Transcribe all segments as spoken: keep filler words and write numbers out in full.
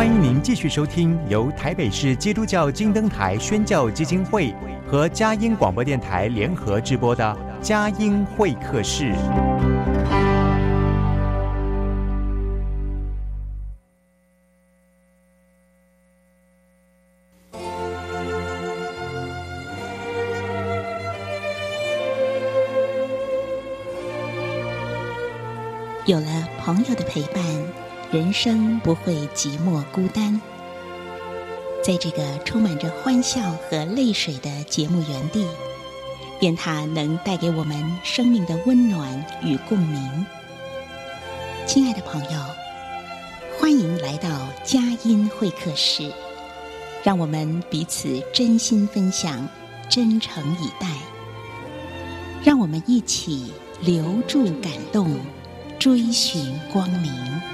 欢迎您继续收听由台北市基督教金灯台宣教基金会和佳音广播电台联合制播的佳音会客室。 有了朋友的陪伴，人生不会寂寞孤单。在这个充满着欢笑和泪水的节目园地，愿它能带给我们生命的温暖与共鸣。亲爱的朋友，欢迎来到佳音会客室，让我们彼此真心分享，真诚以待。让我们一起留住感动，追寻光明。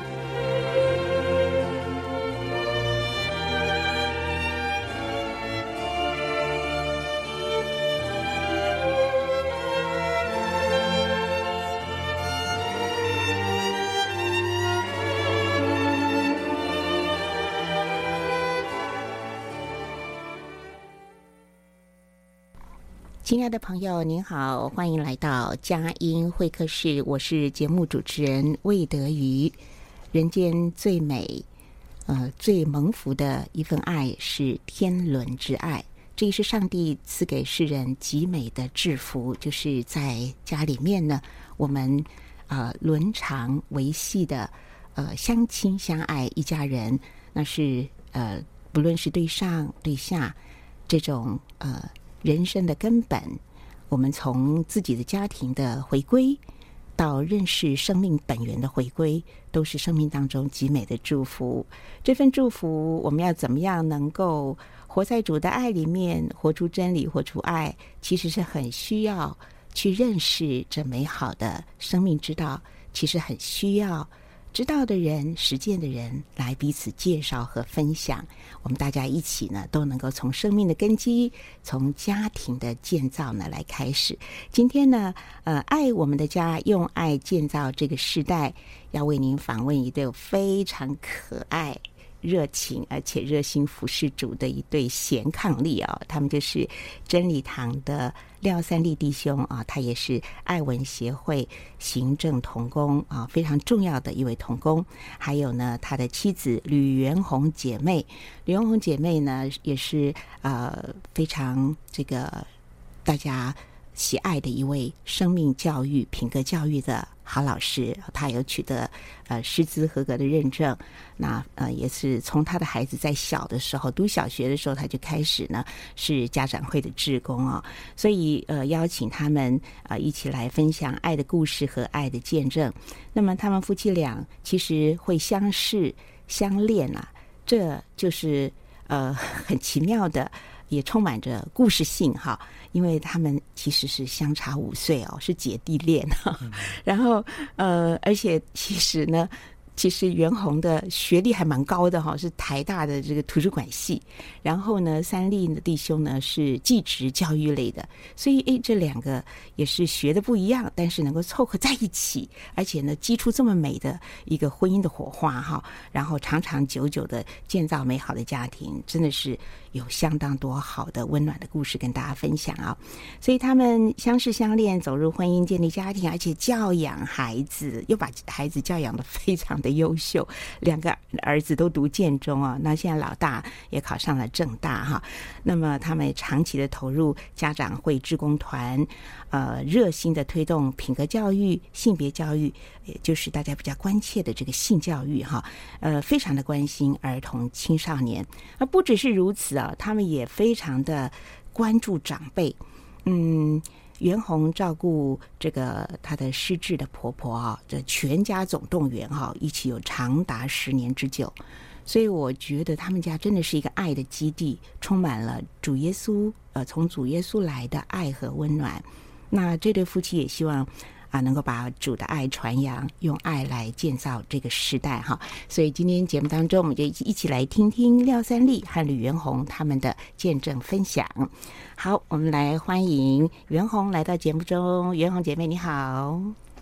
亲爱的朋友您好，欢迎来到佳音会客室，我是节目主持人魏德瑜。人间最美呃，最蒙福的一份爱是天伦之爱，这也是上帝赐给世人极美的制服，就是在家里面呢，我们呃伦常维系的呃相亲相爱一家人，那是呃不论是对上对下这种呃人生的根本，我们从自己的家庭的回归到认识生命本源的回归，都是生命当中极美的祝福。这份祝福我们要怎么样能够活在主的爱里面，活出真理，活出爱，其实是很需要去认识这美好的生命之道，其实很需要知道的人，实践的人来彼此介绍和分享，我们大家一起呢都能够从生命的根基，从家庭的建造呢来开始。今天呢呃，爱我们的家，用爱建造这个时代，要为您访问一对非常可爱热情而且热心服侍主的一对贤伉俪啊，他们就是真理堂的廖三立弟兄啊，他也是爱文协会行政同工啊，非常重要的一位同工。还有呢，他的妻子吕元红姐妹，吕元红姐妹呢也是呃非常这个大家喜爱的一位生命教育、品格教育的好老师，他有取得呃师资合格的认证。那呃也是从他的孩子在小的时候读小学的时候，他就开始呢是家长会的志工哦，所以呃邀请他们啊、呃、一起来分享爱的故事和爱的见证。那么他们夫妻俩其实会相识相恋啊，这就是呃很奇妙的，也充满着故事性哈，因为他们其实是相差五岁哦，是姐弟恋哈、嗯。然后呃，而且其实呢，其实袁弘的学历还蛮高的哈，是台大的这个图书馆系。然后呢，三立的弟兄呢是技职教育类的，所以诶，这两个也是学的不一样，但是能够凑合在一起，而且呢，激出这么美的一个婚姻的火花哈，然后长长久久的建造美好的家庭，真的是有相当多好的温暖的故事跟大家分享啊。所以他们相识相恋，走入婚姻，建立家庭，而且教养孩子，又把孩子教养得非常的优秀。两个儿子都读建中啊，那现在老大也考上了政大哈。那么他们长期的投入家长会、志工团，呃，热心的推动品格教育、性别教育，也就是大家比较关切的这个性教育哈，呃，非常的关心儿童青少年。而不只是如此啊，他们也非常的关注长辈。嗯，袁弘照顾这个他的失智的婆婆啊，这全家总动员哈，一起有长达十年之久。所以我觉得他们家真的是一个爱的基地，充满了主耶稣呃从主耶稣来的爱和温暖。那这对夫妻也希望啊，能够把主的爱传扬，用爱来建造这个时代哈。所以今天节目当中，我们就一起来听听廖三立和吕元弘他们的见证分享。好，我们来欢迎元弘来到节目中。元弘姐妹你好。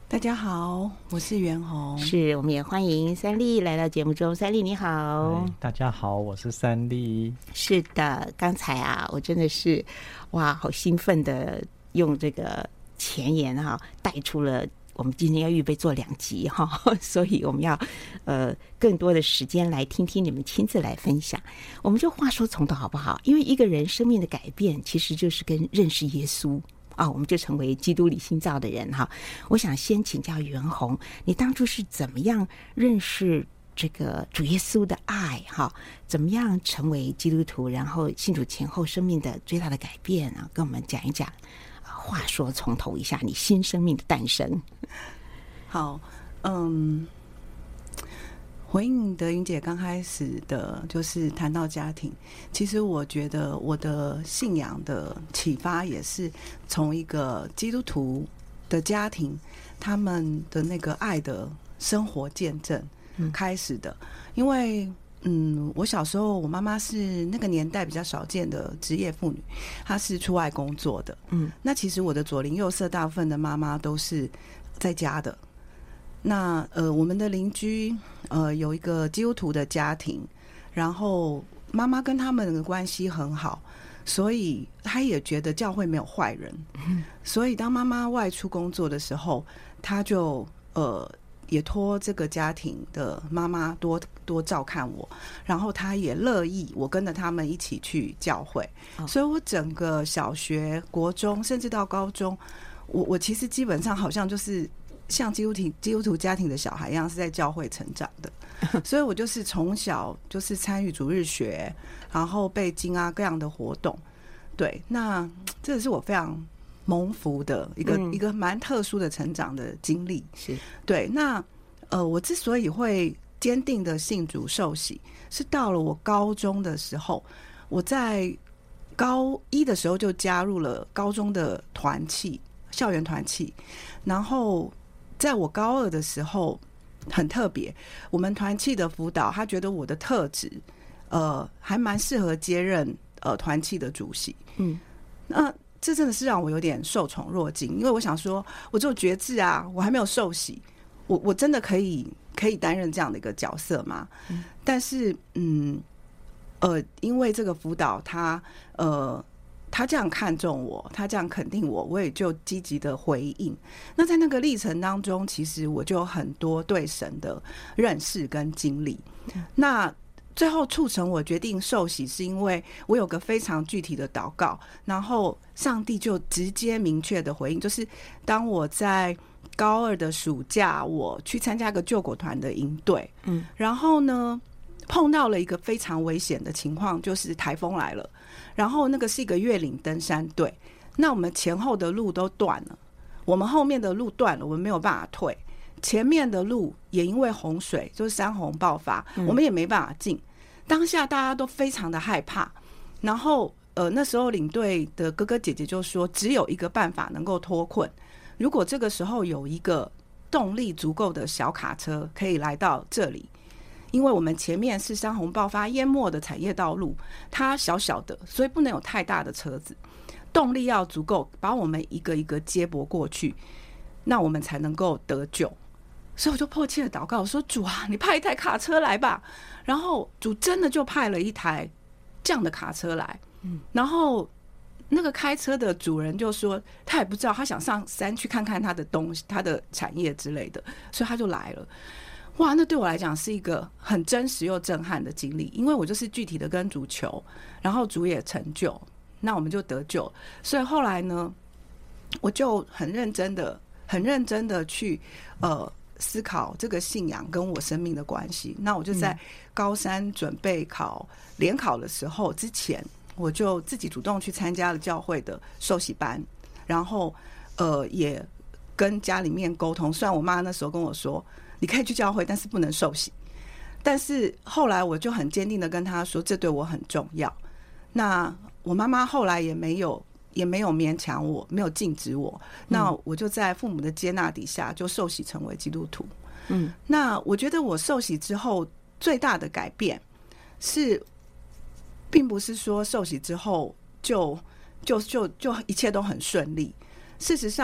大家好，我是袁弘。 是，我们也欢迎三立来到节目中。三立你好。 大家好，我是三立。 是的，刚才啊，我真的是哇，好兴奋的用这个前言哈、啊，带出了我们今天要预备做两集哈、啊，所以我们要呃更多的时间来听听你们亲自来分享。我们就话说从头好不好？因为一个人生命的改变，其实就是跟认识耶稣。啊，我们就成为基督里新造的人哈。我想先请教袁弘，你当初是怎么样认识这个主耶稣的爱哈？怎么样成为基督徒，然后信主前后生命的最大的改变啊？跟我们讲一讲。话说从头一下，你新生命的诞生。 好，嗯。回应德云姐刚开始的就是谈到家庭，其实我觉得我的信仰的启发也是从一个基督徒的家庭他们的那个爱的生活见证开始的。因为嗯，我小时候我妈妈是那个年代比较少见的职业妇女，她是出外工作的。嗯，那其实我的左邻右舍大部分的妈妈都是在家的。那呃，我们的邻居呃有一个基督徒的家庭，然后妈妈跟他们的关系很好，所以他也觉得教会没有坏人。嗯、所以当妈妈外出工作的时候，他就呃也托这个家庭的妈妈多多照看我，然后他也乐意我跟着他们一起去教会。哦、所以我整个小学、国中，甚至到高中，我我其实基本上好像就是像基督徒基督徒家庭的小孩一样，是在教会成长的。所以我就是从小就是参与主日学，然后背经啊各样的活动。对，那这个是我非常蒙福的一个、嗯、一个蛮特殊的成长的经历。是对。那呃，我之所以会坚定的信主受洗，是到了我高中的时候，我在高一的时候就加入了高中的团契，校园团契，然后在我高二的时候很特别，我们团契的辅导他觉得我的特质呃还蛮适合接任呃团契的主席。嗯，那这真的是让我有点受宠若惊，因为我想说我只有决志啊，我还没有受洗，我我真的可以可以担任这样的一个角色吗？嗯、但是嗯呃因为这个辅导他呃他这样看重我，他这样肯定我，我也就积极的回应。那在那个历程当中，其实我就有很多对神的认识跟经历。那最后促成我决定受洗，是因为我有个非常具体的祷告，然后上帝就直接明确的回应，就是当我在高二的暑假，我去参加个救国团的营队，嗯，然后呢碰到了一个非常危险的情况，就是台风来了，然后那个是一个越岭登山队，那我们前后的路都断了，我们后面的路断了，我们没有办法退，前面的路也因为洪水就是山洪爆发，我们也没办法进。当下大家都非常的害怕，然后呃那时候领队的哥哥姐姐就说只有一个办法能够脱困，如果这个时候有一个动力足够的小卡车可以来到这里，因为我们前面是山洪爆发淹没的产业道路，它小小的，所以不能有太大的车子，动力要足够把我们一个一个接驳过去，那我们才能够得救。所以我就迫切的祷告，我说主啊，你派一台卡车来吧。然后主真的就派了一台这样的卡车来，然后那个开车的主人就说他也不知道，他想上山去看看他的东西，他的产业之类的，所以他就来了。哇，那对我来讲是一个很真实又震撼的经历，因为我就是具体的跟主求，然后主也成就，那我们就得救。所以后来呢，我就很认真的很认真的去呃思考这个信仰跟我生命的关系。那我就在高三准备考联考的时候之前，我就自己主动去参加了教会的受洗班，然后呃也跟家里面沟通，虽然我妈那时候跟我说你可以去教会，但是不能受洗，但是后来我就很坚定的跟她说这对我很重要。那我妈妈后来也没有也没有勉强我，没有禁止我，那我就在父母的接纳底下就受洗成为基督徒。嗯，那我觉得我受洗之后最大的改变是并不是说受洗之后就就就就一切都很顺利，事实上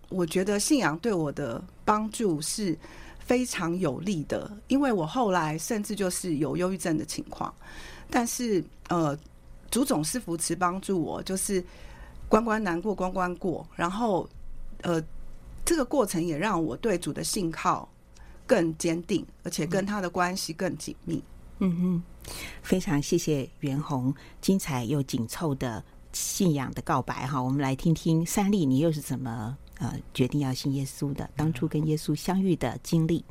我觉得信仰对我的帮助是非常有利的，因为我后来甚至就是有忧郁症的情况，但是呃，主总是扶持帮助我，就是关关难过关关过，然后呃，这个过程也让我对主的信靠更坚定，而且跟他的关系更紧密。 嗯哼，非常谢谢袁弘精彩又紧凑的信仰的告白哈。我们来听听三立，你又是怎么呃决定要信耶稣的？当初跟耶稣相遇的经历。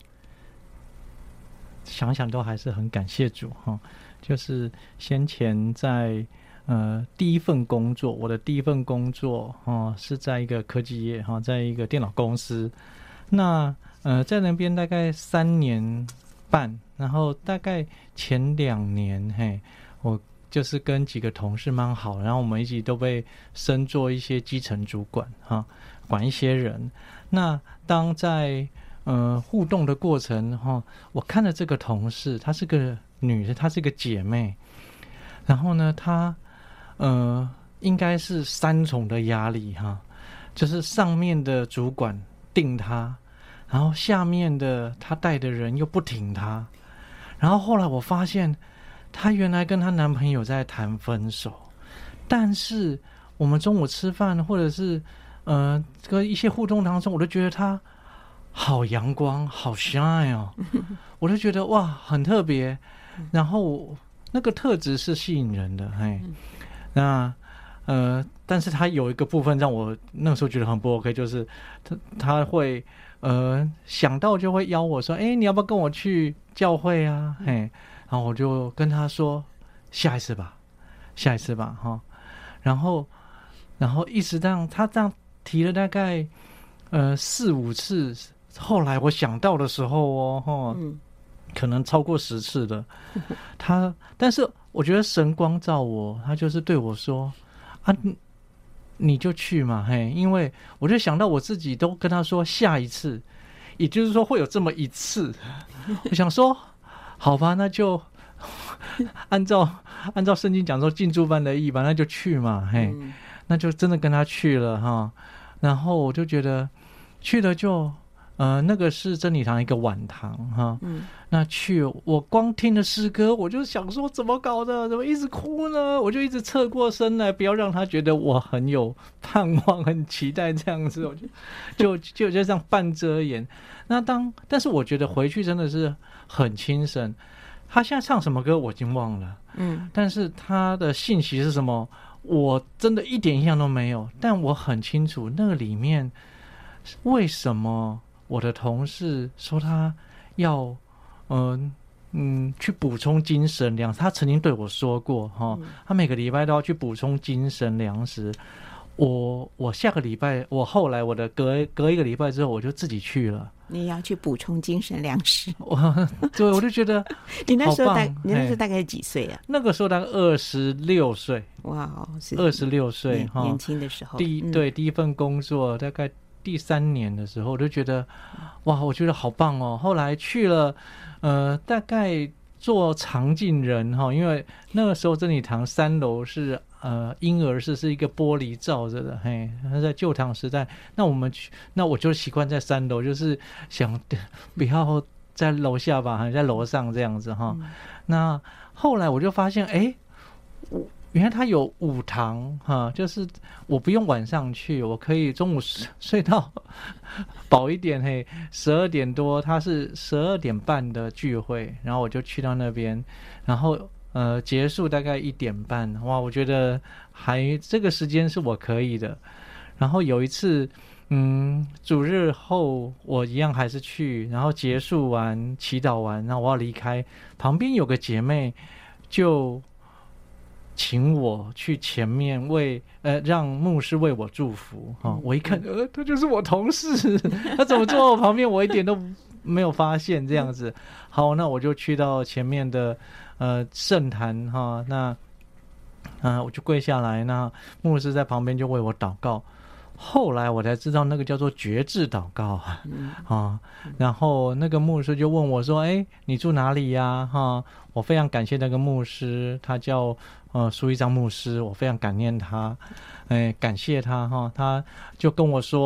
想想都还是很感谢主哈。就是先前在呃第一份工作，我的第一份工作哦是在一个科技业哈，在一个电脑公司。那呃在那边大概三年半，然后大概前两年嘿，我就是跟几个同事蛮好，然后我们一起都被升做一些基层主管哈，管一些人。那当在呃互动的过程哈，我看了这个同事，她是个女的，她是个姐妹，然后呢，她呃应该是三重的压力哈，就是上面的主管定她，然后下面的她带的人又不挺她，然后后来我发现她原来跟她男朋友在谈分手，但是我们中午吃饭或者是呃这个一些互动当中，我都觉得她好阳光，好 shine 哦，我就觉得哇很特别。然后那个特质是吸引人的，嘿，那呃，但是他有一个部分让我那时候觉得很不 OK， 就是他他会呃想到就会邀我说，哎，你要不要跟我去教会啊？嘿，然后我就跟他说下一次吧，下一次吧，哈，然后然后一直这样，他这样提了大概呃四五次，后来我想到的时候哦，哈。嗯可能超过十次的，他，但是我觉得神光照我，他就是对我说啊，你就去嘛，嘿，因为我就想到我自己都跟他说下一次，也就是说会有这么一次，我想说，好吧，那就按照按照圣经讲说尽诸般的义吧，那就去嘛，嘿，嗯、那就真的跟他去了哈，然后我就觉得去了就。呃，那个是真理堂一个晚堂哈，嗯，那去我光听了诗歌，我就想说怎么搞的，怎么一直哭呢？我就一直侧过身来，不要让他觉得我很有盼望、很期待这样子，我就就就就这样半遮掩。那当但是我觉得回去真的是很轻省。他现在唱什么歌我已经忘了，嗯，但是他的信息是什么，我真的一点印象都没有。但我很清楚那个里面为什么。我的同事说他要嗯嗯去补充精神粮食，他曾经对我说过哈，他每个礼拜都要去补充精神粮食。我我下个礼拜，我后来我的隔隔一个礼拜之后，我就自己去了。 你要去补充精神粮食？ 我对，我就觉得你那时候大你那时候大概几岁啊？ 那个时候大概二十六岁。 哇， 二十六岁哈， 年轻的时候。 第一、嗯、对第一份工作大概。第三年的时候，我就觉得，哇，我觉得好棒哦。后来去了，呃，大概做常进人哈，因为那个时候真理堂三楼是呃婴儿室，是一个玻璃罩着的，嘿，在旧堂时代，那我们去，那我就习惯在三楼，就是想不要在楼下吧，在楼上这样子哈。嗯、那后来我就发现，哎，我。原来他有午堂哈，就是我不用晚上去，我可以中午睡到饱一点，嘿，十二点多，他是十二点半的聚会，然后我就去到那边，然后呃结束大概一点半，哇，我觉得还这个时间是我可以的。然后有一次，嗯，主日后我一样还是去，然后结束完祈祷完，然后我要离开，旁边有个姐妹就。请我去前面为呃让牧师为我祝福哈、哦，我一看呃他就是我同事，他怎么坐我旁边，我一点都没有发现这样子。好，那我就去到前面的呃圣坛哈、哦，那嗯、呃、我就跪下来，那牧师在旁边就为我祷告。后来我才知道那个叫做觉志祷告啊、嗯哦，然后那个牧师就问我说：“哎，你住哪里呀？”哈、哦，我非常感谢那个牧师，他叫呃苏一章牧师，我非常感念他，哎，感谢他哈、哦，他就跟我说，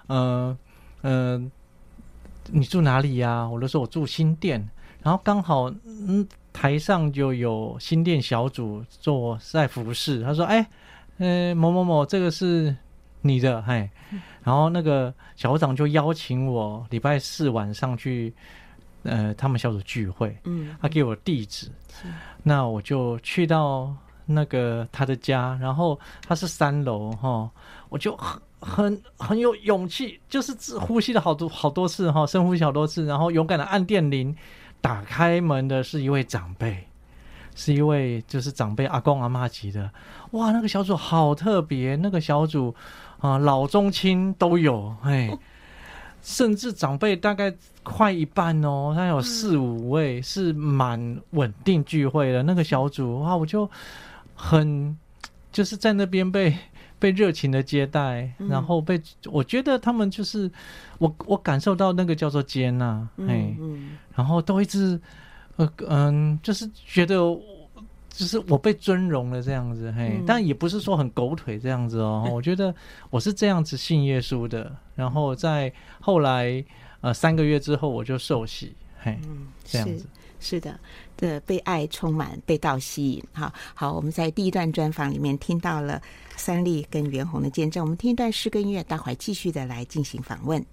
呃呃，你住哪里呀？我就说我住新店，然后刚好嗯台上就有新店小组做在服侍，他说哎，呃某某某这个是你的，嘿，然后那个小组长就邀请我礼拜四晚上去。呃，他们小组聚会，嗯，他给我地址，那我就去到那个他的家，然后他是三楼哈，我就很很很有勇气，就是呼吸了好多好多次哈，深呼吸好多次，然后勇敢的按电铃，打开门的是一位长辈，是一位就是长辈阿公阿嬷级的，哇，那个小组好特别，那个小组啊、呃、老中青都有，哎。甚至长辈大概快一半哦，他有四五位是蛮稳定聚会的那个小组，哇，我就很就是在那边被被热情的接待，然后被我觉得他们就是我我感受到那个叫做接纳，哎，然后都一直呃嗯，就是觉得。就是我被尊荣了这样子，嘿，嗯、但也不是说很狗腿这样子哦。我觉得我是这样子信耶稣的，然后在后来呃三个月之后我就受洗，嘿，嗯、这样子是是的，这被爱充满，被道吸引。好，好，我们在第一段专访里面听到了三立跟袁弘的见证，我们听一段诗歌音乐，待会儿继续的来进行访问。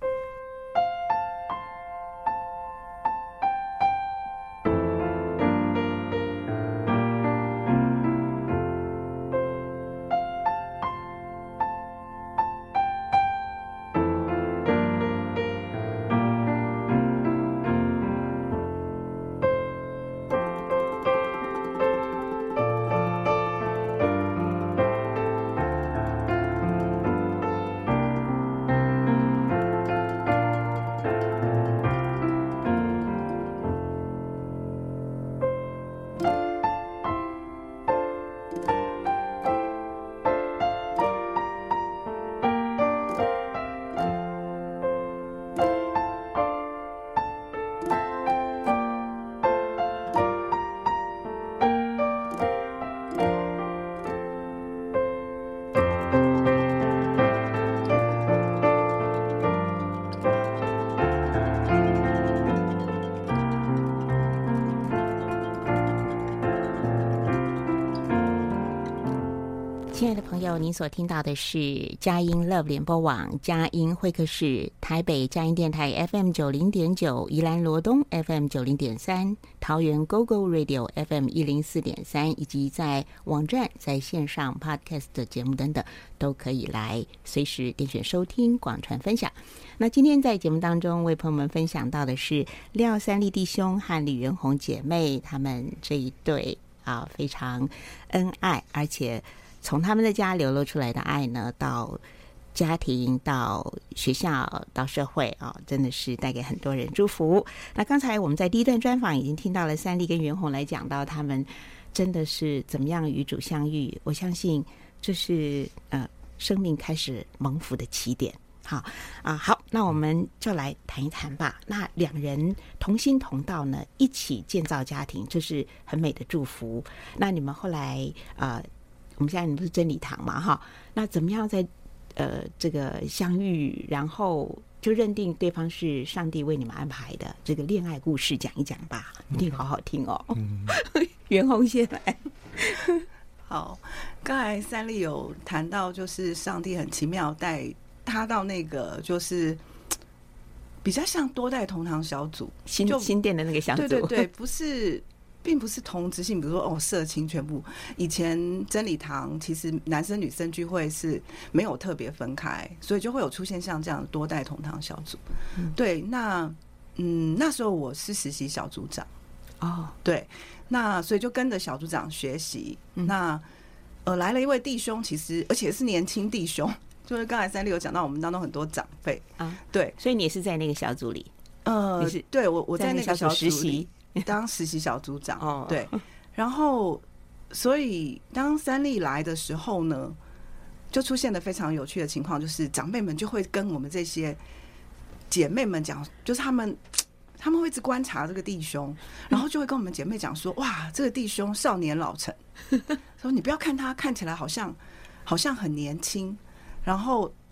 亲爱的朋友，您所听到的是佳音 Love 联播网佳音会客室，台北佳音电台 F M 九零点九，宜兰罗东 F M 九零点三，桃园 Go Go Radio F M 一零四点三，以及在网站、在线上 Podcast 的节目等等，都可以来随时点选收听、广传分享。那今天在节目当中为朋友们分享到的是廖三立弟兄和李袁弘姐妹他们这一对啊非常恩爱，而且从他们的家流露出来的爱呢，到家庭、到学校、到社会啊，真的是带给很多人祝福。那刚才我们在第一段专访已经听到了三立跟袁弘来讲到他们真的是怎么样与主相遇，我相信这是呃生命开始蒙福的起点。好啊，好，那我们就来谈一谈吧。那两人同心同道呢，一起建造家庭，这是很美的祝福。那你们后来呃。我们现在你不是真理堂嘛，哈，那怎么样在呃这个相遇，然后就认定对方是上帝为你们安排的这个恋爱故事，讲一讲吧，一定好好听哦。嗯、袁弘先来。 好，刚才三立有谈到，就是上帝很奇妙带他到那个就是比较像多代同堂小组， 新新店的那个小组， 对对对，不是。并不是同质性，比如说哦，社青全部。以前真理堂其实男生女生聚会是没有特别分开，所以就会有出现像这样多代同堂小组。嗯、对，那嗯，那时候我是实习小组长哦，对，那所以就跟着小组长学习。嗯、那呃，来了一位弟兄，其实而且是年轻弟兄，就是刚才三立有讲到，我们当中很多长辈啊，对， 所以你也是在那个小组里， 呃， 是对我我在那个小组实习。 当实习小组长，哦、对，然后所以当三立来的时候呢，就出现了非常有趣的情况，就是长辈们就会跟我们这些姐妹们讲，就是他们他们会一直观察这个弟兄，然后就会跟我们姐妹讲说，哇，这个弟兄少年老成，说你不要看他看起来好像好像很年轻，然后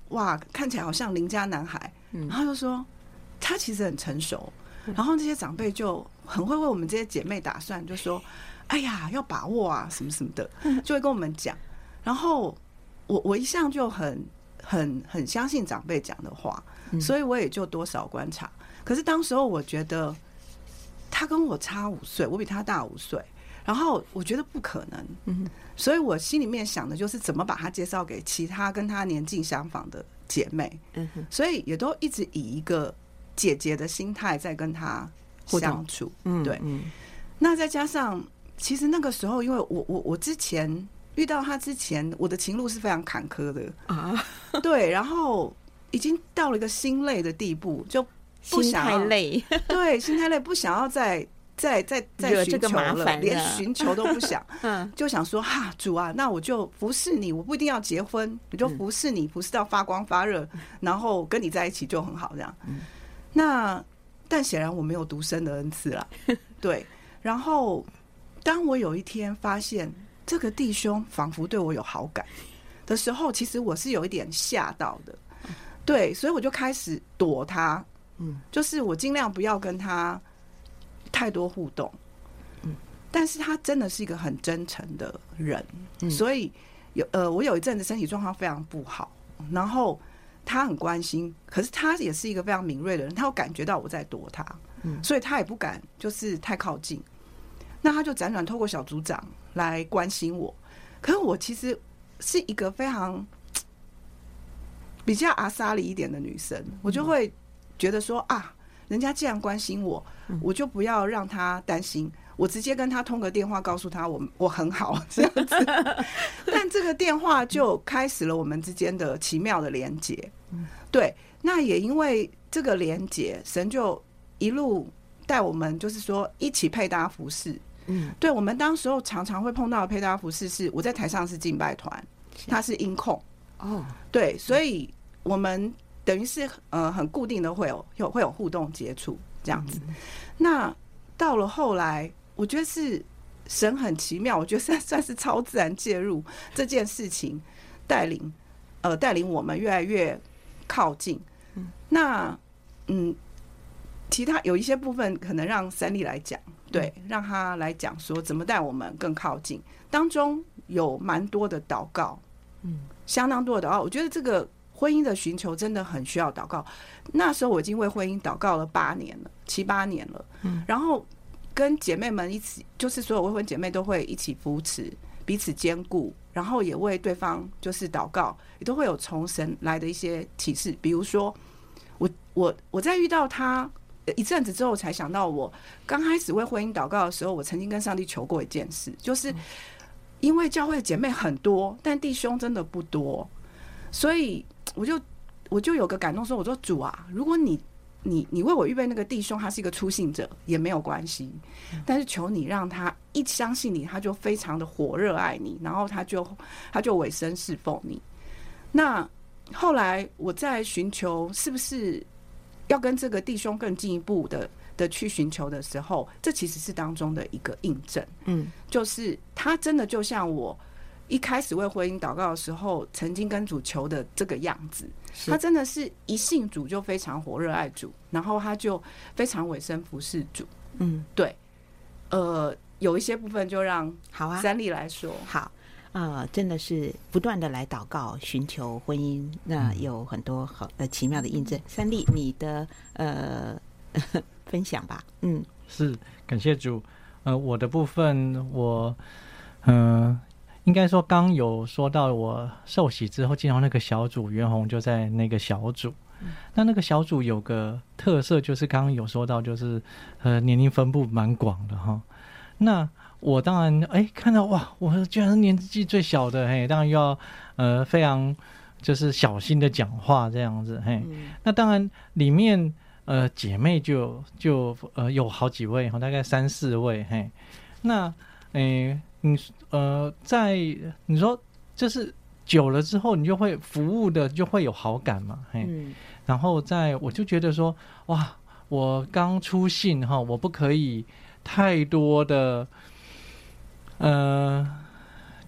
哇，看起来好像邻家男孩， 嗯然后就说他其实很成熟，然后这些长辈就很会为我们这些姐妹打算，就说哎呀要把握啊什么什么的，就会跟我们讲。然后我我一向就很很很相信长辈讲的话，所以我也就多少观察。可是当时候我觉得他跟我差五岁，我比他大五岁，然后我觉得不可能，嗯，所以我心里面想的就是怎么把他介绍给其他跟他年纪相仿的姐妹，嗯，所以也都一直以一个姐姐的心态在跟他相处，嗯，对，嗯，那再加上其实那个时候，因为我我我之前遇到他之前，我的情路是非常坎坷的啊，对，然后已经到了一个心累的地步，就不想心太累， 对，心太累，不想要再再再再寻求了，连寻求都不想，嗯，就想说哈，主啊，那我就服侍你，我不一定要结婚，我就服侍你，服侍到发光发热，然后跟你在一起就很好，这样。嗯、那但显然我没有独生的恩赐啦，对。然后当我有一天发现这个弟兄仿佛对我有好感的时候，其实我是有一点吓到的，对，所以我就开始躲他。嗯，就是我尽量不要跟他太多互动，嗯，但是他真的是一个很真诚的人，嗯，所以有呃，我有一阵子身体状况非常不好，然后他很关心，可是他也是一个非常敏锐的人，他有感觉到我在躲他，嗯，所以他也不敢就是太靠近，那他就辗转透过小组长来关心我，可是我其实是一个非常比较阿莎里一点的女生，我就会觉得说啊，人家既然关心我，我就不要让他担心，我直接跟他通个电话，告诉他我我很好这样子。但这个电话就开始了我们之间的奇妙的连结。对，那也因为这个连结，神就一路带我们，就是说一起配搭服侍。嗯，对，我们当时候常常会碰到的配搭服侍是我在台上是敬拜团，他是音控。哦，对，所以我们等于是呃很固定的会有有会有互动接触这样子。那到了后来，我觉得是神很奇妙，我觉得算算是超自然介入这件事情，带领呃带领我们越来越靠近。那嗯，其他有一些部分可能让三立来讲，对，让他来讲说怎么带我们更靠近。当中有蛮多的祷告，嗯，相当多的祷告。我觉得这个婚姻的寻求真的很需要祷告。那时候我已经为婚姻祷告了八年了，七八年了。嗯，然后跟姐妹们一起，就是所有未婚姐妹都会一起扶持，彼此兼顾，然后也为对方就是祷告，也都会有从神来的一些启示。比如说，我我我在遇到他一阵子之后，才想到我刚开始为婚姻祷告的时候，我曾经跟上帝求过一件事，就是因为教会的姐妹很多，但弟兄真的不多。所以我就我就有个感动说，我说主啊，如果你你你为我预备那个弟兄，他是一个初信者也没有关系，但是求你让他一相信你，他就非常的火热爱你，然后他就他就委身侍奉你。那后来我在寻求是不是要跟这个弟兄更进一步的的去寻求的时候，这其实是当中的一个印证。嗯，就是他真的就像我一开始为婚姻祷告的时候，曾经跟主求的这个样子，他真的是一信主就非常火热爱主，然后他就非常委身服侍主。嗯，对，呃，有一些部分就让好啊三立来说。 好，呃，真的是不断的来祷告，寻求婚姻，那有很多好呃奇妙的印证。三立，你的呃分享吧。嗯， 是感谢主。呃，我的部分，我嗯。呃应该说刚有说到我受洗之后进到那个小组，袁弘就在那个小组。那那个小组有个特色，就是刚刚有说到，就是呃年龄分布蛮广的哈。那我当然哎看到哇，我居然是年纪最小的，嘿，当然要呃非常就是小心的讲话这样子，嘿。嗯、那当然里面呃姐妹就就呃有好几位哈，大概三四位，嘿。那诶。你呃，在你说就是久了之后，你就会服务的就会有好感嘛，嘿，嗯、然后在我就觉得说，哇，我刚出信哈，我不可以太多的呃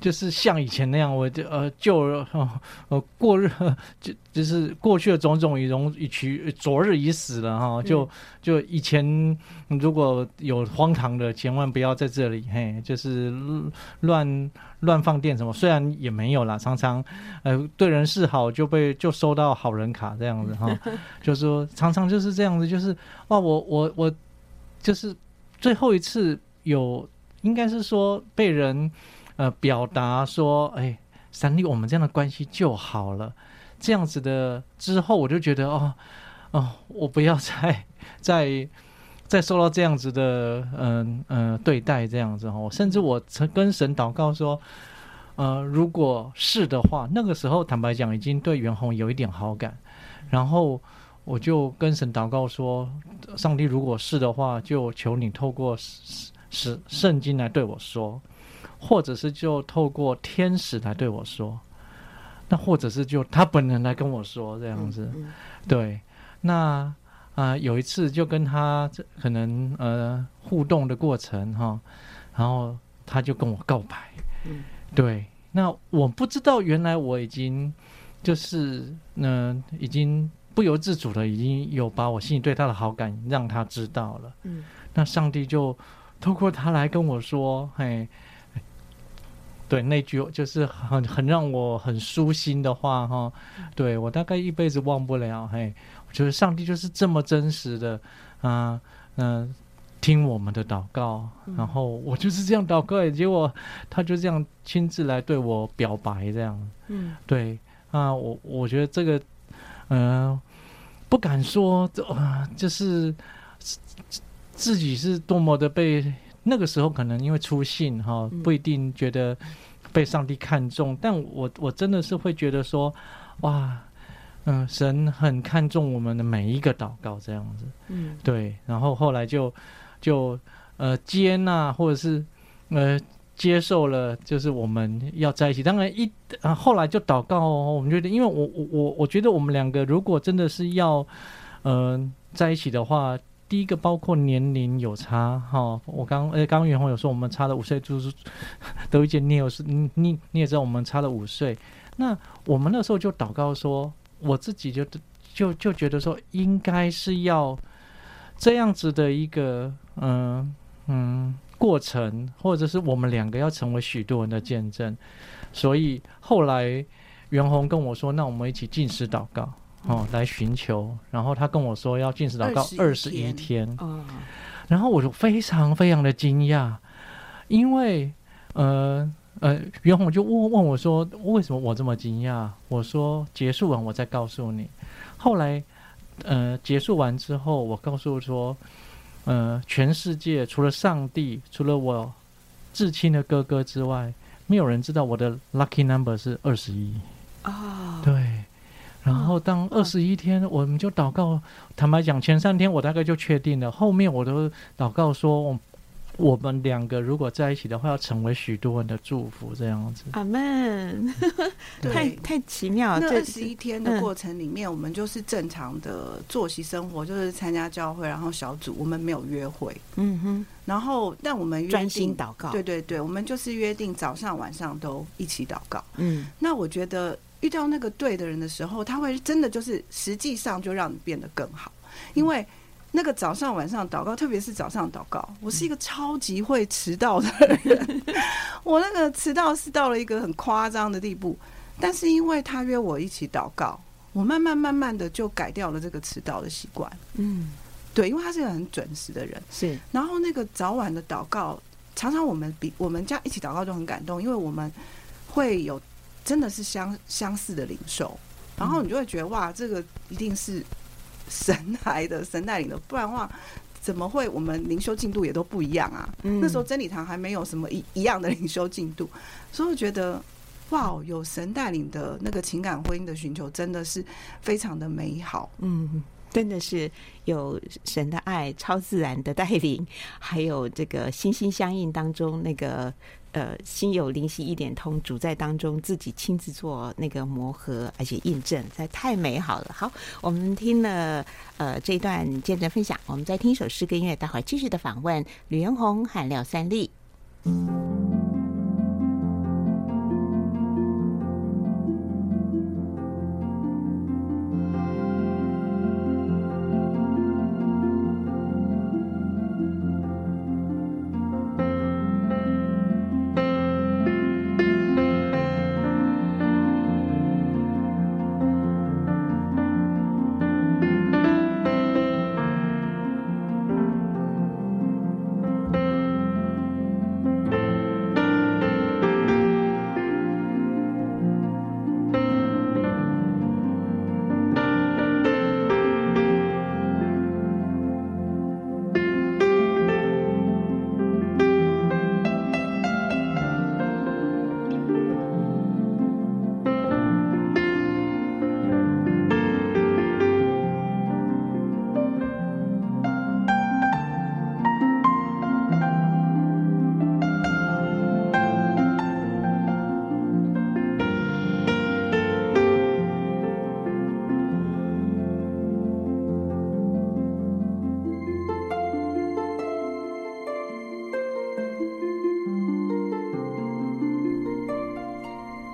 就是像以前那样，我就呃就呃呃过日就就是过去的种种已容已去，昨日已死了哈。就、嗯、就以前如果有荒唐的，千万不要在这里，嘿，就是乱乱放电什么。虽然也没有啦，常常呃对人示好就被就收到好人卡这样子哈。就是说常常就是这样子，就是哇，我我我就是最后一次有，应该是说被人。呃，表达说，哎，三立，我们这样的关系就好了。这样子的之后，我就觉得，哦，哦，我不要再再再受到这样子的，嗯、呃、嗯、呃、对待，这样子哈。甚至我曾跟神祷告说，呃，如果是的话，那个时候坦白讲，已经对袁弘有一点好感，然后我就跟神祷告说，上帝，如果是的话，就求你透过使圣经来对我说。或者是就透过天使来对我说，那或者是就他本人来跟我说这样子，嗯嗯、对。那啊、呃，有一次就跟他可能呃互动的过程哈，然后他就跟我告白，嗯、对。那我不知道，原来我已经就是嗯、呃，已经不由自主的已经有把我心里对他的好感让他知道了。嗯，那上帝就透过他来跟我说，嘿。对，那句就是很很让我很舒心的话哈，对我大概一辈子忘不了。嘿，我觉得上帝就是这么真实的啊，嗯、呃，听我们的祷告，然后我就是这样祷告，结果他就这样亲自来对我表白，这样，嗯，对啊，我我觉得这个，嗯、呃，不敢说，呃，就是自己是多么的被。那个时候可能因为初信哈，不一定觉得被上帝看重，嗯、但我我真的是会觉得说，哇，嗯、呃，神很看重我们的每一个祷告这样子，嗯，对，然后后来就就呃接纳或者是呃接受了，就是我们要在一起。当然一啊后来就祷告，我们觉得，因为我我我我觉得我们两个如果真的是要嗯、呃、在一起的话。第一个包括年龄有差哈、哦，我刚呃刚刚袁弘有说我们差了五岁，就是德一姐你有是你你你也知道我们差了五岁，那我们那时候就祷告说，我自己就就就觉得说应该是要这样子的一个嗯嗯过程，或者是我们两个要成为许多人的见证，所以后来袁弘跟我说，那我们一起禁食祷告。哦，来寻求，然后他跟我说要禁食祷告二十一天，哦，然后我就非常非常的惊讶，因为呃呃，袁弘就问问我说，为什么我这么惊讶？我说结束完我再告诉你。后来呃结束完之后，我告诉说，呃，全世界除了上帝，除了我至亲的哥哥之外，没有人知道我的 lucky number 是二十一。哦，对。然后当二十一天，我们就祷告。坦白讲，前三天我大概就确定了，后面我都祷告说，我们两个如果在一起的话，要成为许多人的祝福，这样子。 阿们，太太奇妙了。 那二十一天的过程里面，嗯、我们就是正常的作息生活，就是参加教会，然后小组，我们没有约会。嗯哼。然后，但我们专心祷告。 对对对，我们就是约定早上晚上都一起祷告。嗯。那我觉得。遇到那个对的人的时候，他会真的就是实际上就让你变得更好，因为那个早上晚上祷告，特别是早上祷告，我是一个超级会迟到的人，我那个迟到是到了一个很夸张的地步，但是因为他约我一起祷告，我慢慢慢慢的就改掉了这个迟到的习惯。嗯，对，因为他是一个很准时的人， 是。 然后那个早晚的祷告，常常我们比我们家一起祷告就很感动，因为我们会有。真的是相相似的领受，然后你就会觉得哇，这个一定是神来的，神带领的，不然的话怎么会我们灵修进度也都不一样啊？嗯、那时候真理堂还没有什么一一样的灵修进度，所以我觉得哇，有神带领的那个情感婚姻的寻求，真的是非常的美好。 嗯。真的是有神的爱、超自然的带领，还有这个心心相印当中那个呃心有灵犀一点通，主在当中自己亲自做那个磨合，而且印证，实在太美好了。好，我们听了呃这一段见证分享，我们再听一首诗歌音乐，待会儿继续的访问吕元宏和廖三立。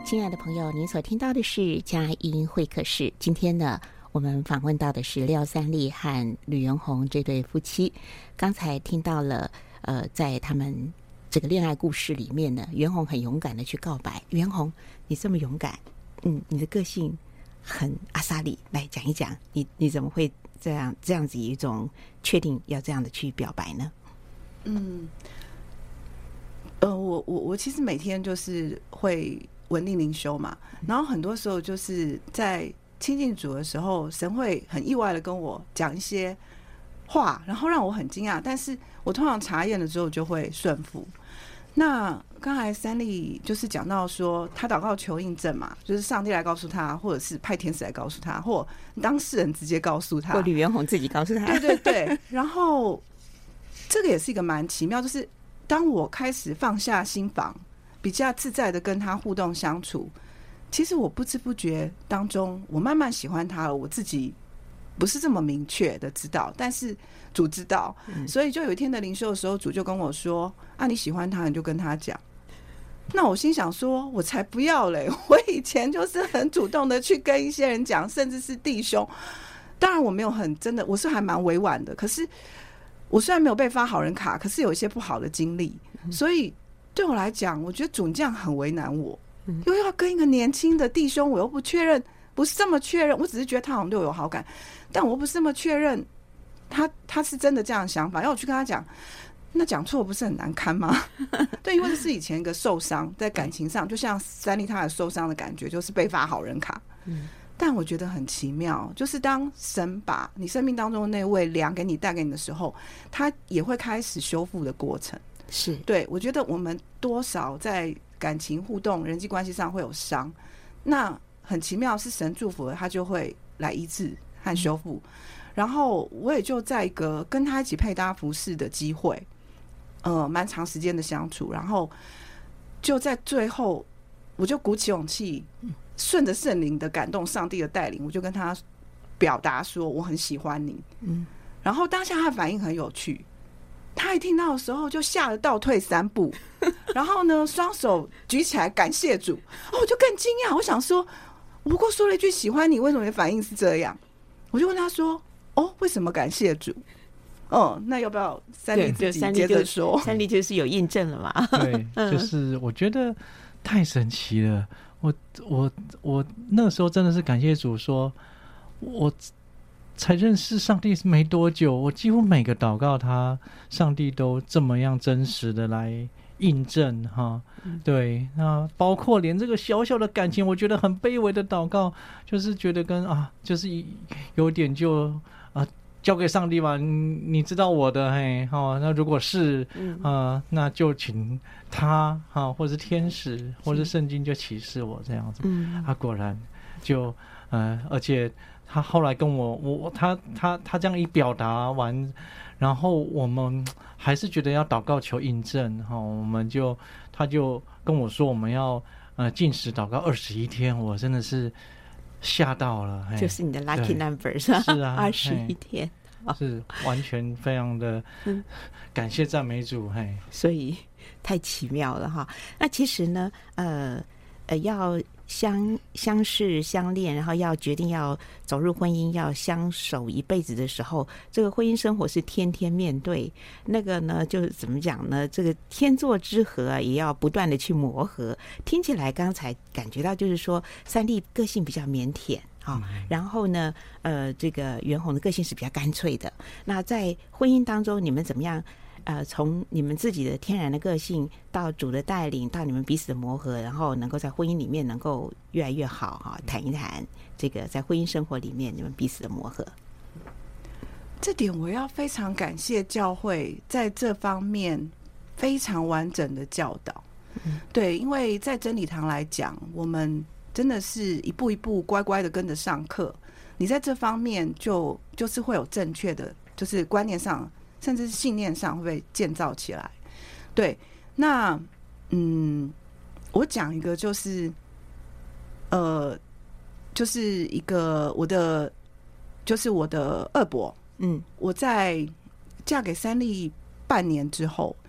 亲爱的朋友，您所听到的是佳音会客室。今天呢，我们访问到的是廖三立和吕元宏这对夫妻。刚才听到了，呃，在他们这个恋爱故事里面呢，元宏很勇敢的去告白。元宏，你这么勇敢，嗯，你的个性很阿萨里，来讲一讲，你你怎么会这样这样子一种确定要这样的去表白呢？ 嗯，呃，我我我其实每天就是会稳定灵修嘛，然后很多时候就是在亲近主的时候，神会很意外的跟我讲一些话，然后让我很惊讶，但是我通常查验了之后就会顺服。那刚才三立就是讲到说，他祷告求印证嘛，就是上帝来告诉他，或者是派天使来告诉他，或当事人直接告诉他， 或吕元宏自己告诉他。 对对对，然后这个也是一个蛮奇妙，就是当我开始放下心防，比较自在的跟他互动相处，其实我不知不觉当中，我慢慢喜欢他了。我自己不是这么明确的知道，但是主知道，所以就有一天的灵修的时候，主就跟我说：“啊，你喜欢他，你就跟他讲。”那我心想说：“我才不要嘞！我以前就是很主动的去跟一些人讲，甚至是弟兄。当然我没有很真的，我是还蛮委婉的。可是我虽然没有被发好人卡，可是有一些不好的经历，所以。”对我来讲，我觉得主这样很为难我，因为要跟一个年轻的弟兄，我又不确认，不是这么确认，我只是觉得他好像对我有好感，但我不是这么确认他他是真的这样的想法，要我去跟他讲，那讲错不是很难堪吗？对，因为这是以前一个受伤，在感情上，就像三立他的受伤的感觉，就是被发好人卡。嗯，但我觉得很奇妙，就是当神把你生命当中的那位粮给你带给你的时候，他也会开始修复的过程。 是对，我觉得我们多少在感情互动、人际关系上会有伤，那很奇妙，是神祝福了，他就会来医治和修复。嗯、然后我也就在一个跟他一起配搭服饰的机会，呃，蛮长时间的相处，然后就在最后，我就鼓起勇气，顺着圣灵的感动、上帝的带领，我就跟他表达说我很喜欢你。嗯，然后当下他的反应很有趣。他一听到的时候就吓得倒退三步，然后呢双手举起来感谢主。哦，我就更惊讶，我想说我不过说了一句喜欢你，为什么你的反应是这样？我就问他说：哦，为什么感谢主？哦，那要不要三立自己接着说？ 三立就是有印证了嘛。 对，就是我觉得太神奇了。我我我那个时候真的是感谢主说，我才认识上帝没多久，我几乎每个祷告他上帝都这么样真实的来印证哈、嗯、对，那包括连这个小小的感情我觉得很卑微的祷告，就是觉得跟啊就是有点就啊交给上帝吧，你知道我的嘿、哦、那如果是啊、呃、那就请他啊或者是天使或者是圣经就启示我这样子。嗯，啊果然就呃而且他后来跟我我他他他这样一表达完，然后我们还是觉得要祷告求印证哈、哦，我们就他就跟我说我们要呃禁食祷告二十一天，我真的是吓到了， 就是你的 lucky number 是吧？ 是啊， 二十一天是完全非常的感谢赞美主，嘿， 所以太奇妙了哈。那其实呢，呃呃要。相相识相恋，然后要决定要走入婚姻，要相守一辈子的时候，这个婚姻生活是天天面对。那个呢，就是怎么讲呢？这个天作之合、啊、也要不断的去磨合。听起来刚才感觉到就是说，三立个性比较腼腆啊、哦嗯，然后呢，呃，这个元宏的个性是比较干脆的。那在婚姻当中，你们怎么样？呃，从你们自己的天然的个性到主的带领，到你们彼此的磨合，然后能够在婚姻里面能够越来越好哈、啊，谈一谈这个在婚姻生活里面你们彼此的磨合。 这点我要非常感谢教会在这方面非常完整的教导。嗯、对，因为在真理堂来讲，我们真的是一步一步乖乖的跟着上课。你在这方面就就是会有正确的，就是观念上。甚至是信念上会被建造起来。对，那嗯，我讲一个就是呃，就是一个我的，就是我的二伯，嗯，我在嫁给三立半年之后，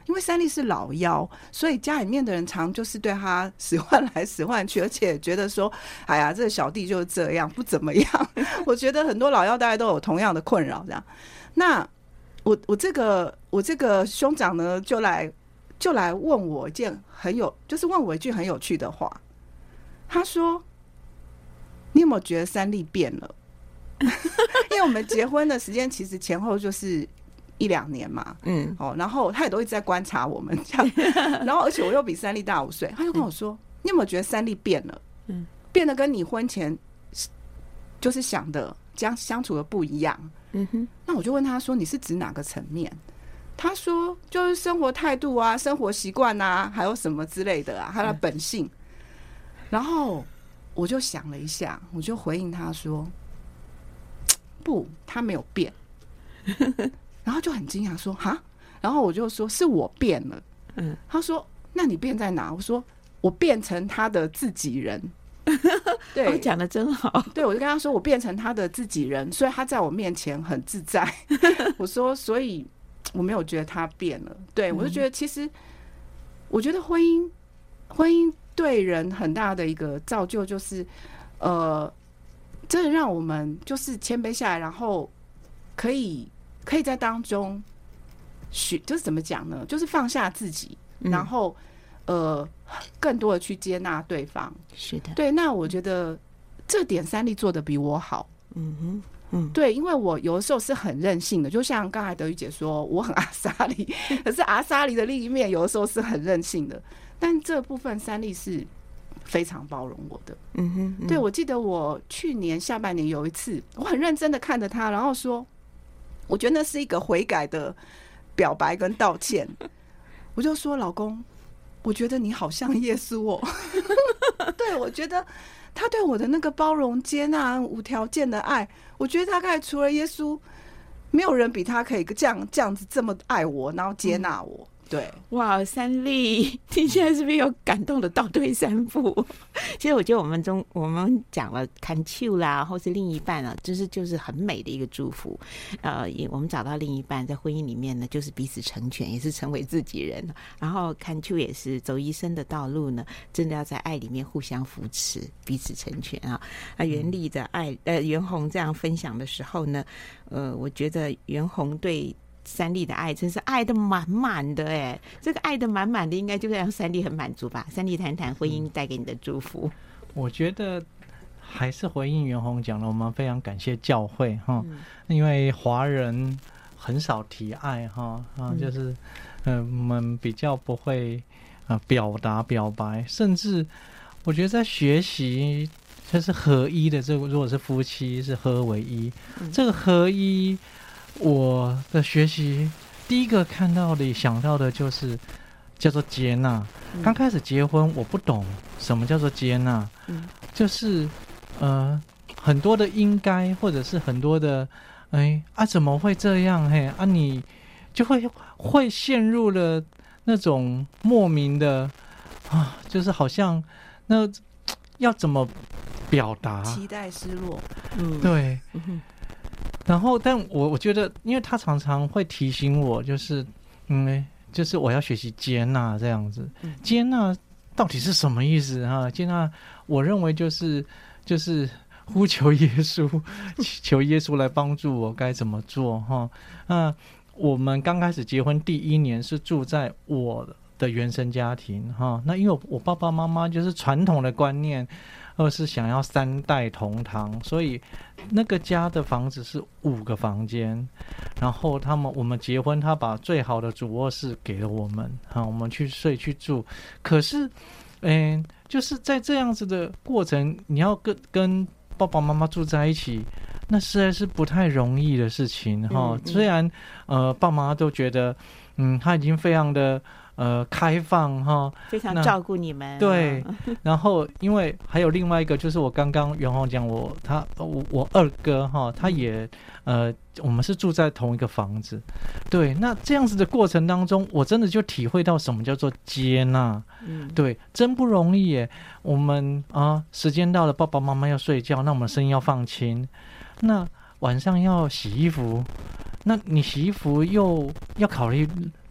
因为三立是老幺，所以家里面的人常就是对他使唤来使唤去，而且觉得说，哎呀，这个小弟就是这样，不怎么样。我觉得很多老幺大概都有同样的困扰，这样。那我我这个我这个兄长呢，就来就来问我一件很有，就是问我一句很有趣的话。他说：“你有没有觉得三立变了？”因为我们结婚的时间其实前后就是一两年嘛，嗯，哦，然后他也都一直在观察我们这样，然后而且我又比三立大五岁，他就跟我说：“你有没有觉得三立变了？嗯，变得跟你婚前就是想的这样相处的不一样？”嗯哼，那我就问他说：“你是指哪个层面？”他说：“就是生活态度啊，生活习惯啊，还有什么之类的啊，他的本性。嗯”然后我就想了一下，我就回应他说：“不，他没有变。”然后就很惊讶说：“哈？”然后我就说：“是我变了。”嗯，他说：“那你变在哪？”我说：“我变成他的自己人。”对， 我讲得真好。 对，我就跟他说：“我变成他的自己人，所以他在我面前很自在。”我说：“所以我没有觉得他变了。”对，我就觉得其实，我觉得婚姻，婚姻对人很大的一个造就，就是呃，真的让我们就是谦卑下来，然后可以可以在当中学，就是怎么讲呢？就是放下自己，然后呃，更多的去接纳对方。 是的， 对。那我觉得这点三立做的比我好。嗯哼。嗯，对，因为我有的时候是很任性的，就像刚才德语姐说，我很阿莎莉，可是阿莎莉的另一面有的时候是很任性的，但这部分三立是非常包容我的。嗯哼，嗯对，我记得我去年下半年有一次，我很认真的看着他，然后说，我觉得那是一个悔改的表白跟道歉，我就说，老公，我觉得你好像耶稣哦。对，我觉得他对我的那个包容、接纳、无条件的爱，我觉得大概除了耶稣，没有人比他可以这样这样子这么爱我，然后接纳我。嗯，对， 哇，三立，你现在是不是有感动的倒退三步？其实我觉得我们中我们讲了看秋啦，或是另一半啊，就是就是很美的一个祝福。呃，我们找到另一半，在婚姻里面呢，就是彼此成全，也是成为自己人。然后看秋也是走一生的道路呢，真的要在爱里面互相扶持，彼此成全啊。啊，袁丽的爱，呃，袁弘这样分享的时候呢，呃，我觉得袁弘对三立的爱真是爱的满满的哎，这个爱的满满的应该就让三立很满足吧。三立谈谈婚姻带给你的祝福。 我觉得还是回应袁弘讲了，我们非常感谢教会哈、嗯，因为华人很少提爱哈啊，就是呃我们比较不会呃表达表白，甚至我觉得在学习就是合一的这个，如果是夫妻是合为一，嗯、这个合一。我的学习第一个看到的想到的就是叫做接纳。嗯、刚开始结婚我不懂什么叫做接纳，嗯、就是呃很多的应该或者是很多的哎啊怎么会这样嘿啊，你就会会陷入了那种莫名的啊，就是好像那要怎么表达期待失落。 嗯，对。嗯，然后，但我我觉得，因为他常常会提醒我，就是嗯，就是我要学习接纳这样子。嗯、接纳到底是什么意思啊？接纳，我认为就是就是呼求耶稣，求耶稣来帮助我该怎么做哈。那我们刚开始结婚第一年是住在我的原生家庭哈。那因为我爸爸妈妈就是传统的观念。二是想要三代同堂，所以那个家的房子是五个房间，然后他们我们结婚，他把最好的主卧室给了我们，啊，我们去睡去住。可是，嗯，就是在这样子的过程，你要跟跟爸爸妈妈住在一起，那实在是不太容易的事情哈、嗯嗯。虽然呃，爸妈都觉得，嗯，他已经非常的。呃，开放哈， 非常照顾你们。 对，然后因为还有另外一个，就是我刚刚袁弘讲我他我我二哥哈，他也呃，我们是住在同一个房子。对，那这样子的过程当中，我真的就体会到什么叫做接纳。嗯，对，真不容易耶。我们啊，时间到了，爸爸妈妈要睡觉，那我们声音要放轻，那晚上要洗衣服，那你洗衣服又要考虑。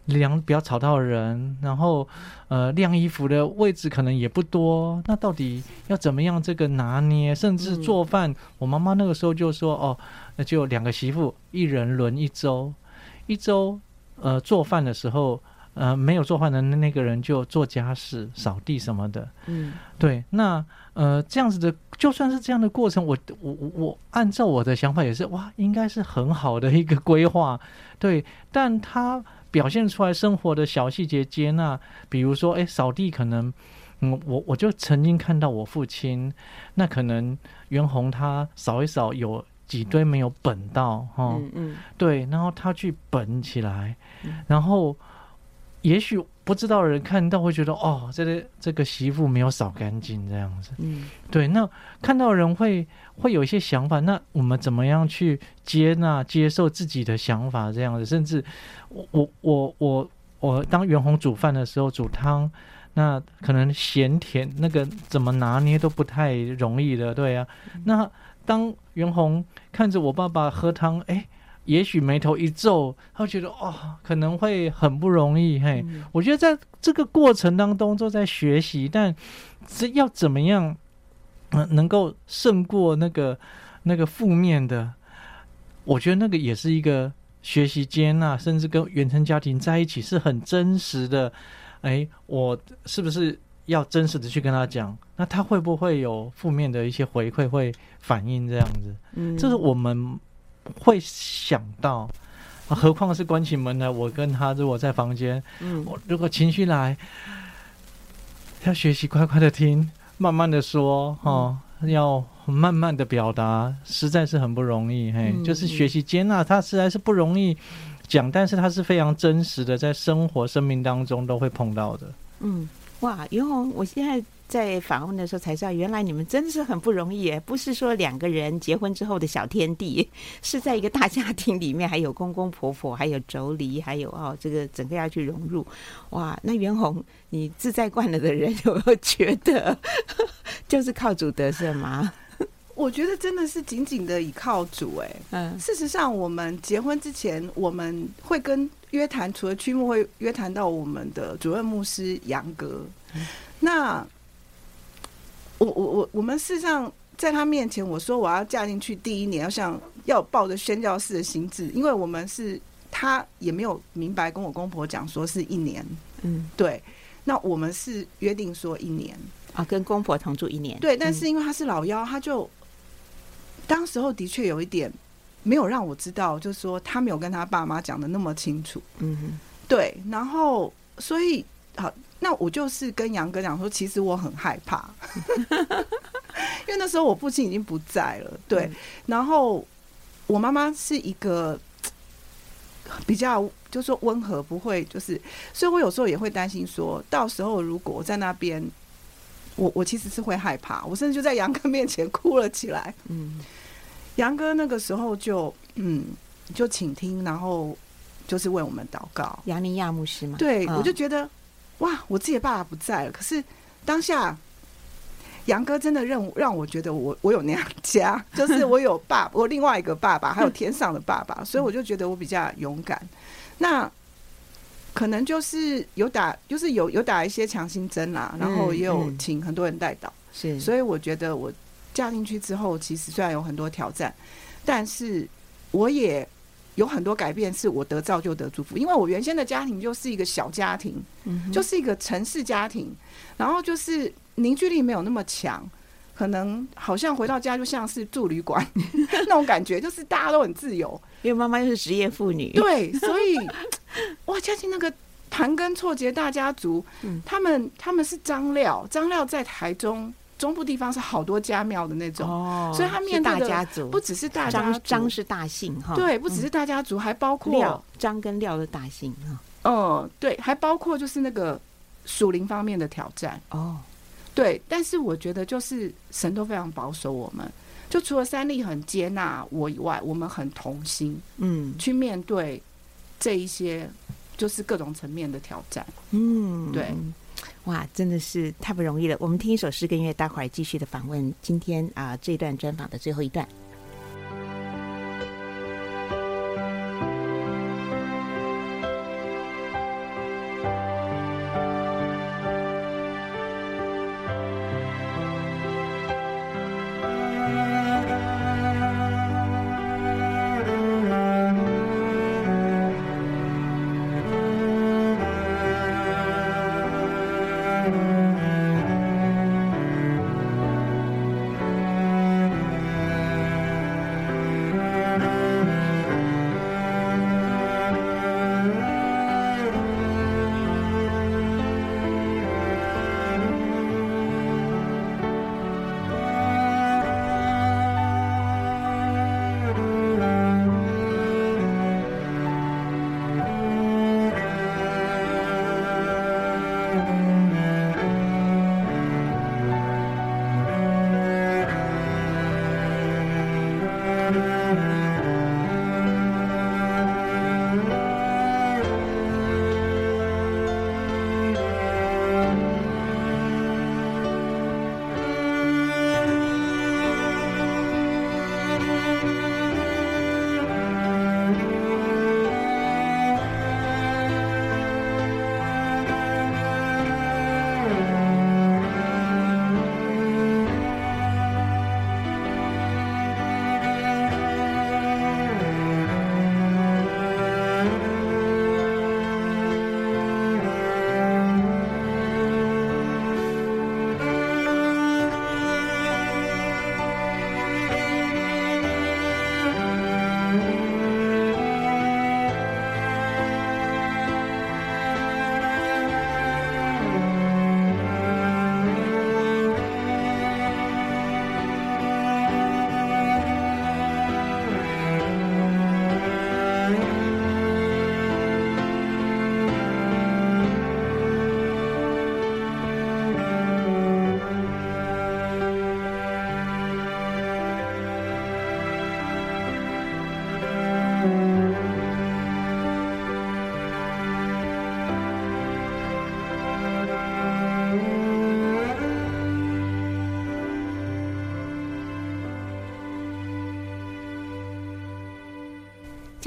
量不要吵到人，然后呃晾衣服的位置可能也不多，那到底要怎么样这个拿捏？甚至做饭，嗯、我妈妈那个时候就说哦，那就两个媳妇，一人轮一周，一周呃做饭的时候。呃，没有做饭的那个人就做家事、扫地什么的。嗯，对。那呃，这样子的，就算是这样的过程，我我我按照我的想法也是，哇，应该是很好的一个规划。对，但他表现出来生活的小细节接纳，比如说，哎，扫地可能，嗯，我我就曾经看到我父亲，那可能袁弘他扫一扫有几堆没有本到哈，嗯嗯，对，然后他去本起来，嗯、然后。也许不知道的人看到会觉得哦，这个这个媳妇没有扫干净这样子，嗯，对。那看到的人会会有一些想法，那我们怎么样去接纳、接受自己的想法这样子？甚至我我我我我当袁弘煮饭的时候煮汤，那可能咸甜那个怎么拿捏都不太容易的，对啊。嗯、那当袁弘看着我爸爸喝汤，哎。也许眉头一皱，他会觉得哦，可能会很不容易。嘿，嗯、我觉得在这个过程当中都在学习，但是要怎么样，呃、能够胜过那个那个负面的？我觉得那个也是一个学习接纳，甚至跟原生家庭在一起是很真实的。哎，我是不是要真实的去跟他讲？那他会不会有负面的一些回馈会反应这样子？嗯，这是我们。会想到、啊，何况是关起门来，我跟他如果在房间，嗯，我如果情绪来，要学习乖乖的听，慢慢的说，哦，嗯、要慢慢的表达，实在是很不容易，嘿，嗯、就是学习接纳，他实在是不容易讲，但是他是非常真实的，在生活生命当中都会碰到的。 嗯，哇，袁弘，我现在。在访问的时候才知道，原来你们真的是很不容易耶！不是说两个人结婚之后的小天地，是在一个大家庭里面，还有公公婆婆，还有妯娌，还有哦，这个整个要去融入。哇，那袁弘，你自在惯了的人，有没有觉得就是靠主得胜吗？ 我觉得真的是紧紧的倚靠主哎。嗯，事实上，我们结婚之前，我们会跟约谈，除了区牧会约谈到我们的主任牧师杨哥，嗯、那。我我我我们事实上在他面前，我说我要嫁进去第一年，要像要抱着宣教士的心志，因为我们是他也没有明白跟我公婆讲说是一年，嗯，对，那我们是约定说一年啊，跟公婆同住一年， 对，但是因为他是老幺，他就当时候的确有一点没有让我知道，就是说他没有跟他爸妈讲的那么清楚，嗯哼，对，然后所以好。那我就是跟杨哥讲说，其实我很害怕，因为那时候我父亲已经不在了，对。嗯、然后我妈妈是一个比较，就是说温和，不会就是，所以我有时候也会担心说，到时候如果我在那边，我我其实是会害怕，我甚至就在杨哥面前哭了起来。嗯，杨哥那个时候就嗯就倾听，然后就是为我们祷告。 杨尼亚牧师嘛， 对，哦、我就觉得。哇，我自己的爸爸不在了，可是当下杨哥真的让让我觉得我我有娘家，就是我有爸，我另外一个爸爸，还有天上的爸爸，所以我就觉得我比较勇敢。那可能就是有打，就是有有打一些强心针啦，然后也有请很多人带导，是、嗯，所以我觉得我嫁进去之后，其实虽然有很多挑战，但是我也。有很多改变是我得造就得祝福，因为我原先的家庭就是一个小家庭，嗯、就是一个城市家庭，然后就是凝聚力没有那么强，可能好像回到家就像是住旅馆那种感觉，就是大家都很自由， 因为妈妈又是职业妇女， 对，所以哇，加进那个盘根错节大家族，嗯、他们他们是张廖，张廖在台中。中部地方是好多家庙的那种，哦、所以他面对的大家族不只是大家族， 张是大姓哈， 对，不只是大家族，嗯、还包括廖张跟廖的大姓哈， 嗯，对，还包括就是那个属灵方面的挑战哦，对，但是我觉得就是神都非常保守我们，就除了三立很接纳我以外，我们很同心，嗯，去面对这一些就是各种层面的挑战，嗯，对。 哇，真的是太不容易了。我们听一首诗跟音乐，待会儿继续的访问今天啊、呃、这一段专访的最后一段。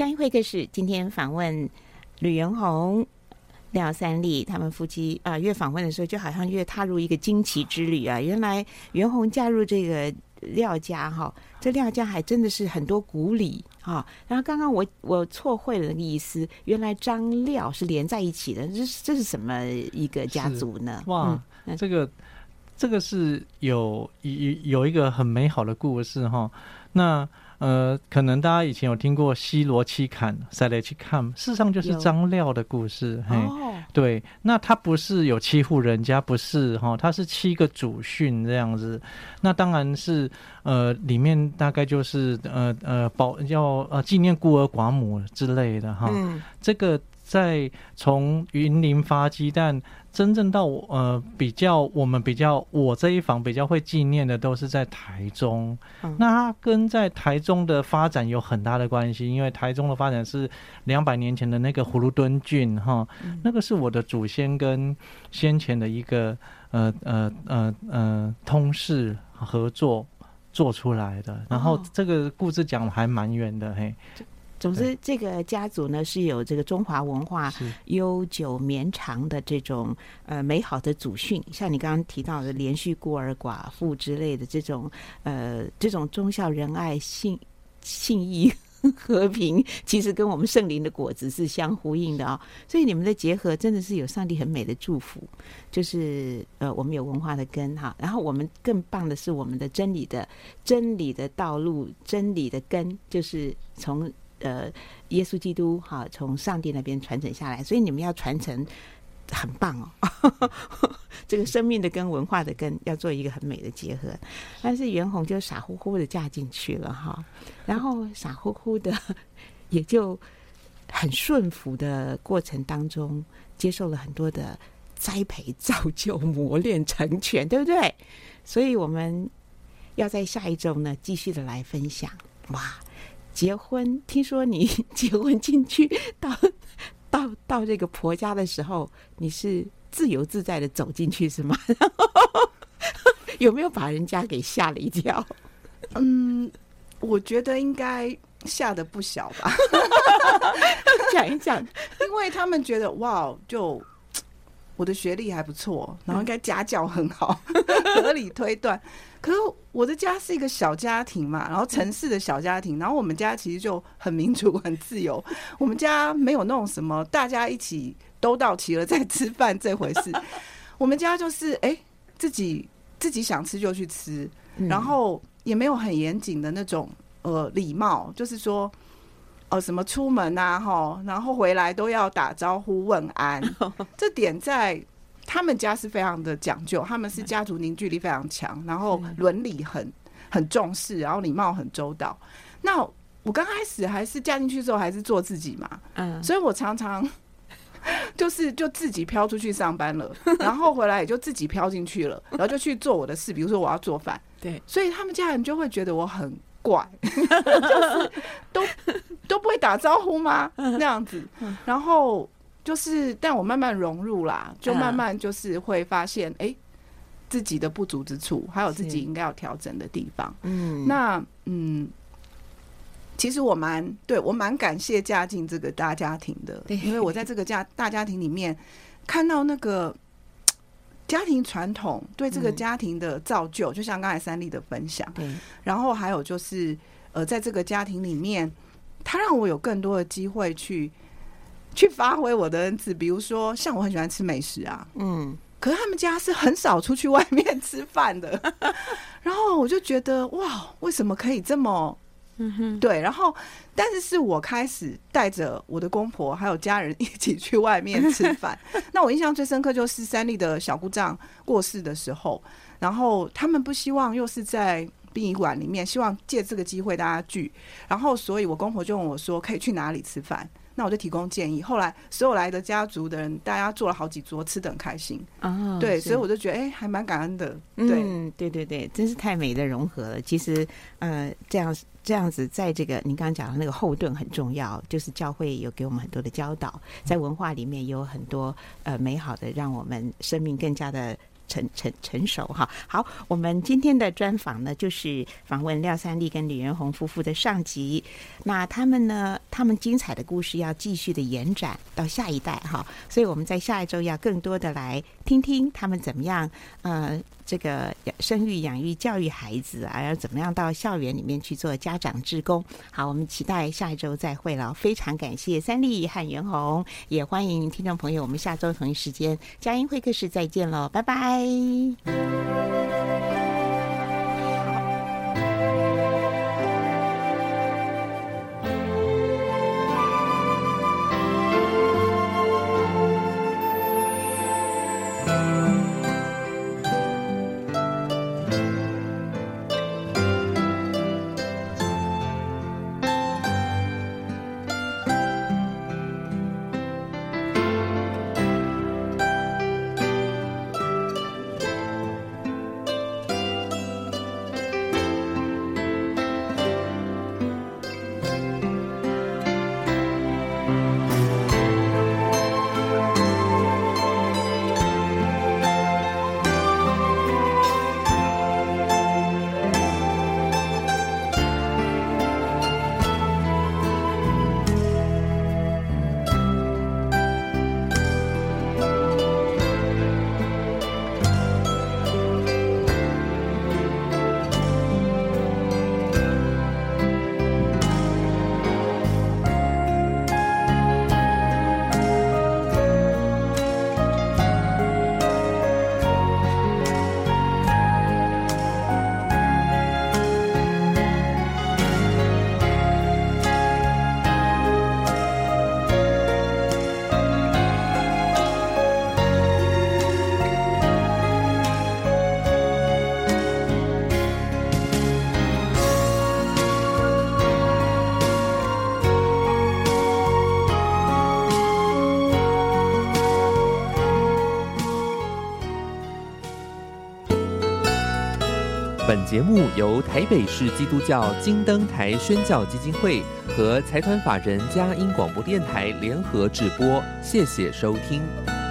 嘉音会客室今天访问吕元宏、廖三立他们夫妻啊、呃，越访问的时候就好像越踏入一个惊奇之旅啊！原来元宏嫁入这个廖家哈，这廖家还真的是很多古礼哈。然后刚刚我我错会了那个意思，原来张廖是连在一起的，这是这是什么一个家族呢？ 哇，嗯、这个这个是有有有一个很美好的故事哈。那呃，可能大家以前有听过西罗七坎、塞雷七坎，事实上就是张廖的故事。嘿，哦、对，那他不是有七户人家，不是哈，他是七个祖训这样子。那当然是呃，里面大概就是呃呃保要呃纪念孤儿寡母之类的哈。嗯，这个在从云林发迹，但真正到呃比较我们比较我这一房比较会纪念的都是在台中。嗯、那它跟在台中的发展有很大的关系，因为台中的发展是两百年前的那个葫芦墩郡哈，嗯、那个是我的祖先跟先前的一个呃呃呃呃通事合作做出来的，然后这个故事讲还蛮远的嘿。 总之，这个家族呢是有这个中华文化悠久绵长的这种呃美好的祖训，像你刚刚提到的连续孤儿寡妇之类的这种呃这种忠孝仁爱信信义和平，其实跟我们圣灵的果子是相呼应的啊、哦。所以你们的结合真的是有上帝很美的祝福，就是呃我们有文化的根哈，然后我们更棒的是我们的真理的真理的道路，真理的根就是从。呃，耶稣基督哈，从上帝那边传承下来，所以你们要传承，很棒哦。这个生命的跟文化的根要做一个很美的结合。但是元宏就傻乎乎的嫁进去了哈，然后傻乎乎的也就很顺服的过程当中，接受了很多的栽培、造就、磨练、成全，对不对？所以我们要在下一周呢，继续的来分享。哇！结婚，听说你结婚进去到到到这个婆家的时候，你是自由自在的走进去是吗？有没有把人家给吓了一跳？ 嗯，我觉得应该吓得不小吧。 讲一讲， 因为他们觉得哇，就我的学历还不错，然后应该家教很好，合理推断。可是我的家是一个小家庭嘛，然后城市的小家庭，然后我们家其实就很民主很自由，我们家没有那种什么大家一起都到齐了再吃饭这回事，我们家就是哎、欸、自己自己想吃就去吃，然后也没有很严谨的那种呃礼貌，就是说呃什么出门啊齁，然后回来都要打招呼问安，这点在他们家是非常的讲究，他们是家族凝聚力非常强，然后伦理很很重视，然后礼貌很周到。那我刚开始还是嫁进去之后还是做自己嘛，嗯，所以我常常就是就自己飘出去上班了，然后回来也就自己飘进去了，然后就去做我的事，比如说我要做饭，对，所以他们家人就会觉得我很怪，就是都都不会打招呼吗？那样子，然后。就是，但我慢慢融入啦，就慢慢就是会发现，哎、欸，自己的不足之处，还有自己应该要调整的地方。嗯，那嗯，其实我蛮对我蛮感谢嫁进这个大家庭的，因为我在这个家大家庭里面看到那个家庭传统对这个家庭的造就，嗯、就像刚才三立的分享，对，然后还有就是呃，在这个家庭里面，他让我有更多的机会去。去发挥我的恩赐，比如说像我很喜欢吃美食啊，嗯，可是他们家是很少出去外面吃饭的，然后我就觉得哇，为什么可以这么，嗯哼，对，然后但是是我开始带着我的公婆还有家人一起去外面吃饭，那我印象最深刻就是三立的小姑丈过世的时候，然后他们不希望又是在殡仪馆里面，希望借这个机会大家聚，然后所以我公婆就问我说可以去哪里吃饭。那我就提供建议，后来所有来的家族的人，大家做了好几桌，吃得很开心。哦，对，所以我就觉得，哎、欸，还蛮感恩的。对， 嗯，对对对，真是太美的融合了。其实，呃，这样这样子，在这个您刚刚讲的那个后盾很重要，就是教会有给我们很多的教导，在文化里面有很多呃美好的，让我们生命更加的成成成熟哈。好，我们今天的专访呢，就是访问廖三立跟李元宏夫妇的上集。那他们呢，他们精彩的故事要继续的延展到下一代哈，所以我们在下一周要更多的来听听他们怎么样呃这个生育、养育、教育孩子啊，要怎么样到校园里面去做家长志工。好，我们期待下一周再会了。非常感谢三立和元宏，也欢迎听众朋友，我们下周同一时间佳音会客室再见喽，拜拜。 本节目由台北市基督教金灯台宣教基金会和财团法人佳音广播电台联合制播，谢谢收听。